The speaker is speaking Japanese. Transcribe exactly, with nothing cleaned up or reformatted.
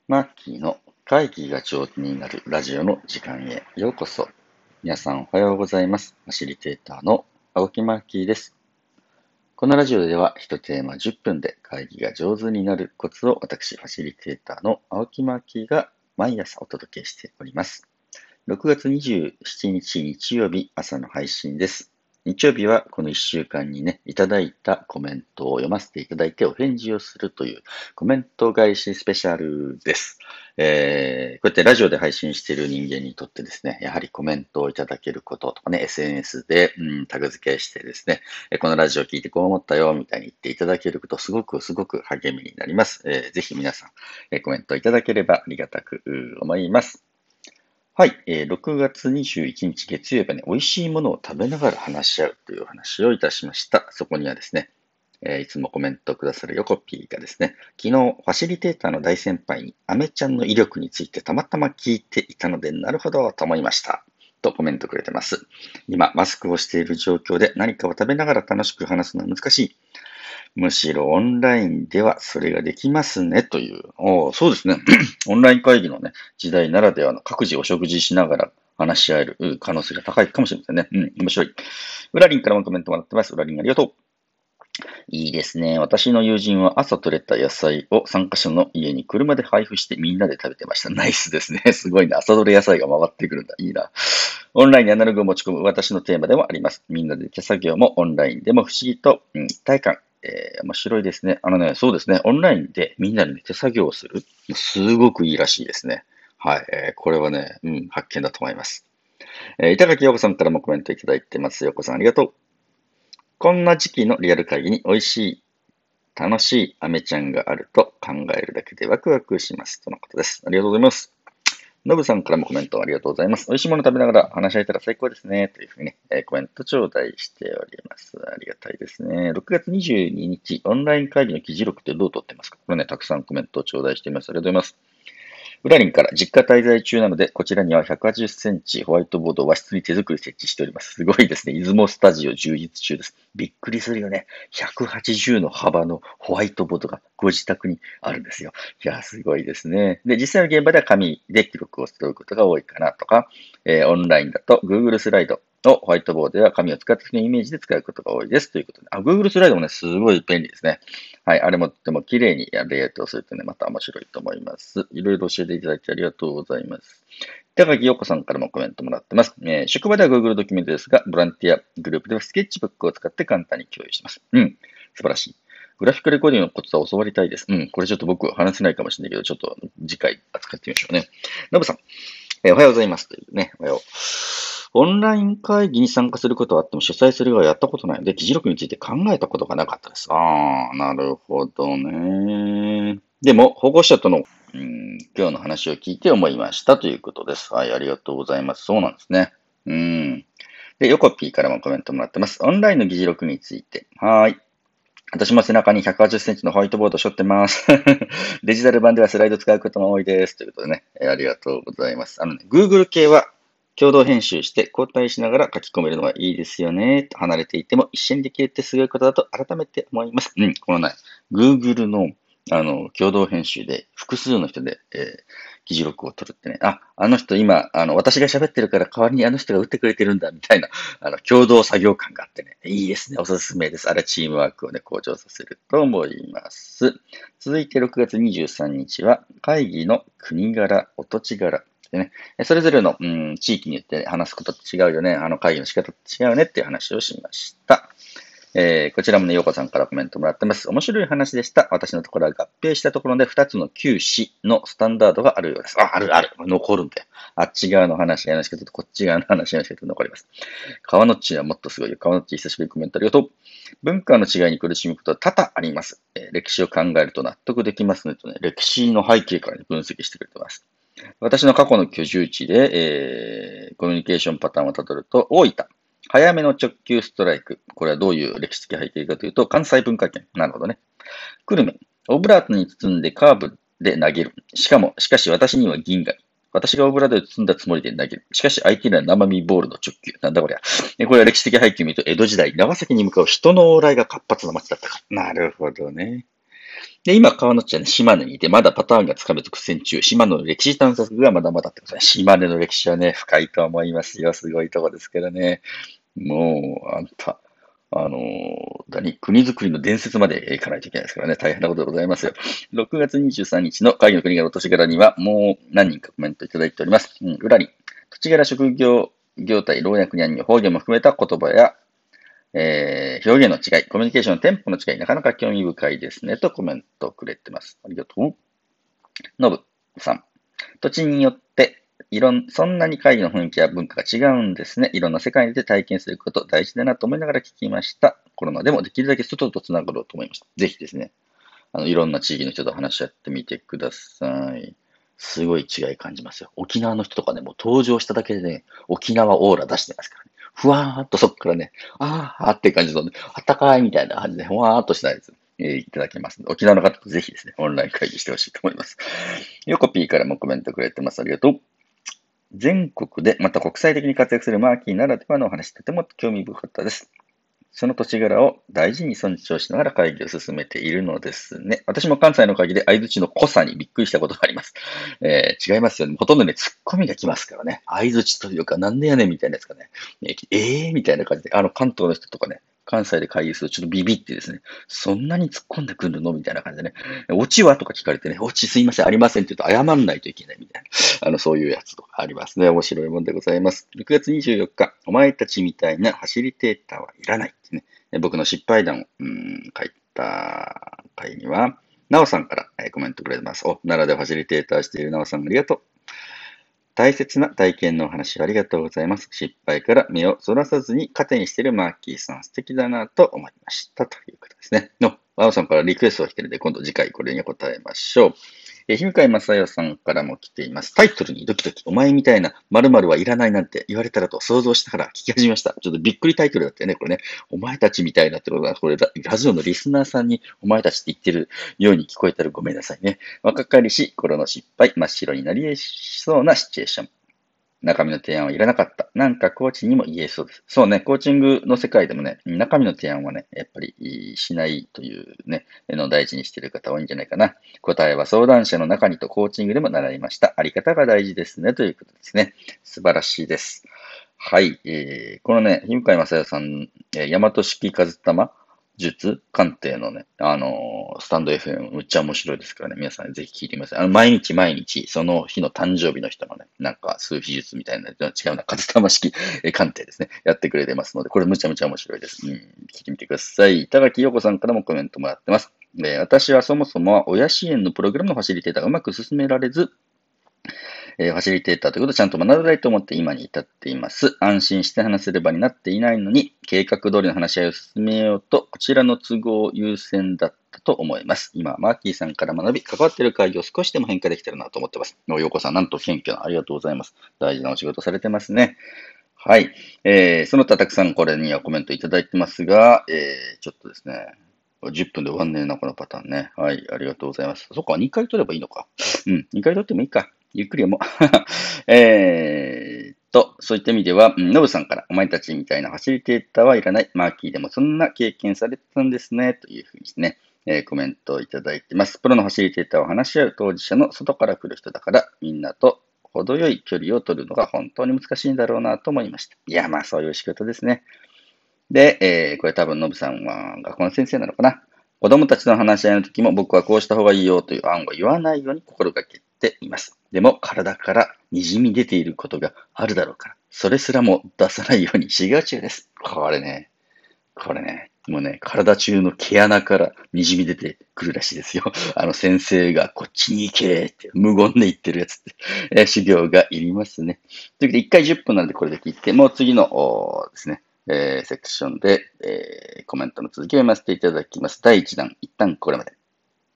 マッキーの会議が上手になるラジオの時間へようこそ。皆さんおはようございます。ファシリテーターの青木マッキーです。このラジオでは一テーマじゅっぷんで会議が上手になるコツを私、ファシリテーターの青木マッキーが毎朝お届けしております。ろくがつにじゅうしちにち日曜日朝の配信です。日曜日はこのいっしゅうかんにね、いただいたコメントを読ませていただいてお返事をするというコメント返しスペシャルです。えー、こうやってラジオで配信している人間にとってですね、やはりコメントをいただけることとかね、エスエヌエス で、うん、タグ付けしてですね、このラジオ聞いてこう思ったよ、みたいに言っていただけることすごくすごく励みになります。えー、ぜひ皆さん、えー、コメントいただければありがたく思います。はい、えー、ろくがつにじゅういちにち月曜日はね、美味しいものを食べながら話し合うという話をいたしました。そこにはですね、えーいつもコメントくださるヨコピーがですね、昨日ファシリテーターの大先輩にアメちゃんの威力についてたまたま聞いていたので、なるほどと思いました。とコメントくれてます。今、マスクをしている状況で何かを食べながら楽しく話すのは難しい。むしろオンラインではそれができますねという。おそうですね。オンライン会議のね、時代ならではの各自お食事しながら話し合える可能性が高いかもしれませんね。うん、面白い。ウラリンからもコメントもらってます。ウラリンありがとう。いいですね。私の友人は朝採れた野菜を参加者の家に車で配布してみんなで食べてました。ナイスですね。すごいな。朝採れ野菜が回ってくるんだ。いいな。オンラインにアナログを持ち込む私のテーマでもあります。みんなで手作業もオンラインでも不思議と、うん、一体感。えー、面白いですね。あのね、そうですね。オンラインでみんなで、ね、手作業をする。すごくいいらしいですね。はい。えー、これはね、うん、発見だと思います。えー、板垣陽子さんからもコメントいただいてます。陽子さんありがとう。こんな時期のリアル会議に美味しい、楽しいアメちゃんがあると考えるだけでワクワクします。とのことです。ありがとうございます。ノブさんからもコメントありがとうございます。美味しいもの食べながら話し合えたら最高ですね。というふうにね、えーコメント頂戴しております。ありがたいですね。ろくがつにじゅうににち、オンライン会議の議事録ってどう取ってますか？これね、たくさんコメントを頂戴しています。ありがとうございます。ウラリンから実家滞在中なので、こちらにはひゃくはちじゅっセンチホワイトボードを和室に手作り設置しております。すごいですね。出雲スタジオ充実中です。びっくりするよね。ひゃくはちじゅうの幅のホワイトボードがご自宅にあるんですよ。いや、すごいですね。で、実際の現場では紙で記録をすることが多いかなとか、えーオンラインだと Google スライドをホワイトボードや紙を使った時のイメージで使うことが多いですということで。あ、Google スライドもね、すごい便利ですね。はい。あれもとても綺麗にレイアウトをするとね、また面白いと思います。いろいろ教えていただいてありがとうございます。高木陽子さんからもコメントもらってます。えー職場では Google ドキュメントですが、ボランティアグループではスケッチブックを使って簡単に共有しています。うん。素晴らしい。グラフィックレコーディングのコツは教わりたいです。うん。これちょっと僕話せないかもしれないけど、ちょっと次回扱ってみましょうね。ノブさん、えーおはようございます。というね、おはよう。オンライン会議に参加することはあっても主催する側はやったことないので、議事録について考えたことがなかったです。ああ、なるほどね。でも、保護者との、うん、今日の話を聞いて思いましたということです。はい、ありがとうございます。そうなんですね。うん。で、ヨコピーからもコメントもらってます。オンラインの議事録について。はい。私も背中にひゃくはちじゅっセンチのホワイトボードを背負ってます。デジタル版ではスライド使うことも多いです。ということでね、えーありがとうございます。あのね、Google 系は共同編集して交代しながら書き込めるのはいいですよね。離れていても一緒にできるってすごいことだと改めて思います。うん、このね、Google のあの共同編集で複数の人で、えー議事録を取るってね、あ、あの人今、あの、私が喋ってるから代わりにあの人が打ってくれてるんだ、みたいな、あの、共同作業感があってね、いいですね。おすすめです。あれ、チームワークをね、向上させると思います。続いてろくがつにじゅうさんにちは、会議の国柄、お土地柄。でね、それぞれの、うん、地域によって話すことって違うよね。あの会議の仕方って違うねっていう話をしました。えー、こちらもね、ようこさんからコメントもらってます。面白い話でした。私のところは合併したところでふたつの旧市のスタンダードがあるようです。あ、あるある。残るんだよ。あっち側の話し合いの仕方とこっち側の話し合いの仕方と残ります。川のっちはもっとすごいよ。川のっち久しぶりにコメントありがとう。文化の違いに苦しむことは多々あります。えー歴史を考えると納得できますねとね、歴史の背景から分析してくれてます。私の過去の居住地で、えーコミュニケーションパターンをたどると、大分。早めの直球ストライク。これはどういう歴史的背景かというと、関西文化圏。なるほどね。久留米。オブラートに包んでカーブで投げる。しかも、しかし私には銀河。私がオブラートで包んだつもりで投げる。しかし相手には生身ボールの直球。なんだこりゃ。これは歴史的背景を見ると、江戸時代、長崎に向かう人の往来が活発な街だったから。なるほどね。 で、今、川の内はね、島根にいて、まだパターンがつかめて苦戦中。島根の歴史探索がまだまだってことね。島根の歴史はね、深いと思いますよ。すごいとこですからね。もう、あんた、あのー何、国づくりの伝説まで行かないといけないですからね。大変なことでございますよ。ろくがつにじゅうさんにちの会議の国柄土地柄には、もう何人かコメントいただいております。うん、裏に、土地柄職業、業態、老若にゃんに方言も含めた言葉や、えー、表現の違い、コミュニケーションのテンポの違い、なかなか興味深いですね、とコメントをくれてます。ありがとう。のぶさん。土地によって、いろん、そんなに会議の雰囲気や文化が違うんですね。いろんな世界で体験すること大事だなと思いながら聞きました。コロナでもできるだけ外とつながろうと思いました。ぜひですね、あの、いろんな地域の人と話し合ってみてください。すごい違い感じますよ。沖縄の人とかね、もう登場しただけでね、沖縄オーラ出してますからね。ふわーっとそこからね、あーあって感じの、ね、あったかいみたいな感じで、ふわーっとしたやつ、えーいただけますので、沖縄の方とぜひですね、オンライン会議してほしいと思います。ヨコピーからもコメントくれてます。ありがとう。全国で、また国際的に活躍するマーキーならではのお話、とても興味深かったです。その土地柄を大事に尊重しながら会議を進めているのですね。私も関西の会議で相槌の濃さにびっくりしたことがあります。えー違いますよね。ほとんどね、ツッコミが来ますからね。相槌というか、なんでやねんみたいなやつがね。えーえーみたいな感じで、あの、関東の人とかね、関西で会議するとちょっとビビってですね、そんなに突っ込んでくるのみたいな感じでね、オチはとか聞かれてね、オチすいません、ありませんって言うと謝んないといけないみたいな、あの、そういうやつとかありますね。面白いもんでございます。ろくがつにじゅうよっか、お前たちみたいなファシリテーターはいらないってね。僕の失敗談を、うん、書いた回には、なおさんからえーコメントくれてます。お、奈良でファシリテーターしているなおさんありがとう。大切な体験のお話ありがとうございます。失敗から目をそらさずに糧にしているマーキーさん素敵だなと思いましたということですね。の、なおさんからリクエストが来てるので、今度次回これに答えましょう。えー、日向井正代さんからも来ています。タイトルにドキドキ、お前みたいな〇〇はいらないなんて言われたらと想像したから聞き始めました。ちょっとびっくりタイトルだったよね、これね。お前たちみたいなってことは、これララジオのリスナーさんにお前たちって言ってるように聞こえたらごめんなさいね。若かりし頃の失敗、真っ白になり得そうなシチュエーション。中身の提案はいらなかった。なんかコーチにも言えそうです。そうね、コーチングの世界でもね、中身の提案はね、やっぱりしないというね、のを大事にしている方多いんじゃないかな。答えは相談者の中にとコーチングでも習いました。あり方が大事ですね、ということですね。素晴らしいです。はい、えー、このね、日向正代さん、えー、大和式和玉術鑑定のね、あのースタンド エフエム、むっちゃ面白いですからね、皆さんぜひ聞いてみてください。あの、毎日毎日、その日の誕生日の人のね、なんか、数秘術みたいな、違うな、和玉式えー鑑定ですね、やってくれてますので、これむちゃむちゃ面白いです。うん、聞いてみてください。板垣陽子さんからもコメントもらってます。で、私はそもそも親支援のプログラムのファシリテーターがうまく進められず、えーファシリテーターということをちゃんと学びたいと思って今に至っています。安心して話せればになっていないのに、計画通りの話し合いを進めようと、こちらの都合優先だったと思います。今、マーキーさんから学び、関わっている会議を少しでも変化できてるなと思っています。のようこさん、なんと謙虚な、ありがとうございます。大事なお仕事されてますね。はい。えー、その他たくさんこれにはコメントいただいてますが、えー、ちょっとですね、じゅっぷんで終わんねえな、このパターンね。はい、ありがとうございます。そっか、にかい取ればいいのか。うん、にかい取ってもいいか。ゆっくり読もう。えーっと、そういった意味では、ノブさんから、お前たちみたいなファシリテーターはいらない。マーキーでもそんな経験されてたんですね。というふうにですね、えーコメントをいただいてます。プロのファシリテーターを話し合う当事者の外から来る人だから、みんなと程よい距離を取るのが本当に難しいんだろうなと思いました。いや、まあそういう仕事ですね。で、えーこれ多分ノブさんは学校の先生なのかな。子供たちの話し合いの時も僕はこうした方がいいよという案を言わないように心がけています。でも体から滲み出ていることがあるだろうから、それすらも出さないように修行中です。これね、これね、もうね、体中の毛穴から滲み出てくるらしいですよ。あの先生がこっちに行けって無言で言ってるやつって、えー修行がいりますね。というわけでいっかいじゅっぷんなんでこれで聞いて、もう次のおーですね、えーセクションで、えーコメントの続きを読ませていただきます。だいいちだん、一旦これまで。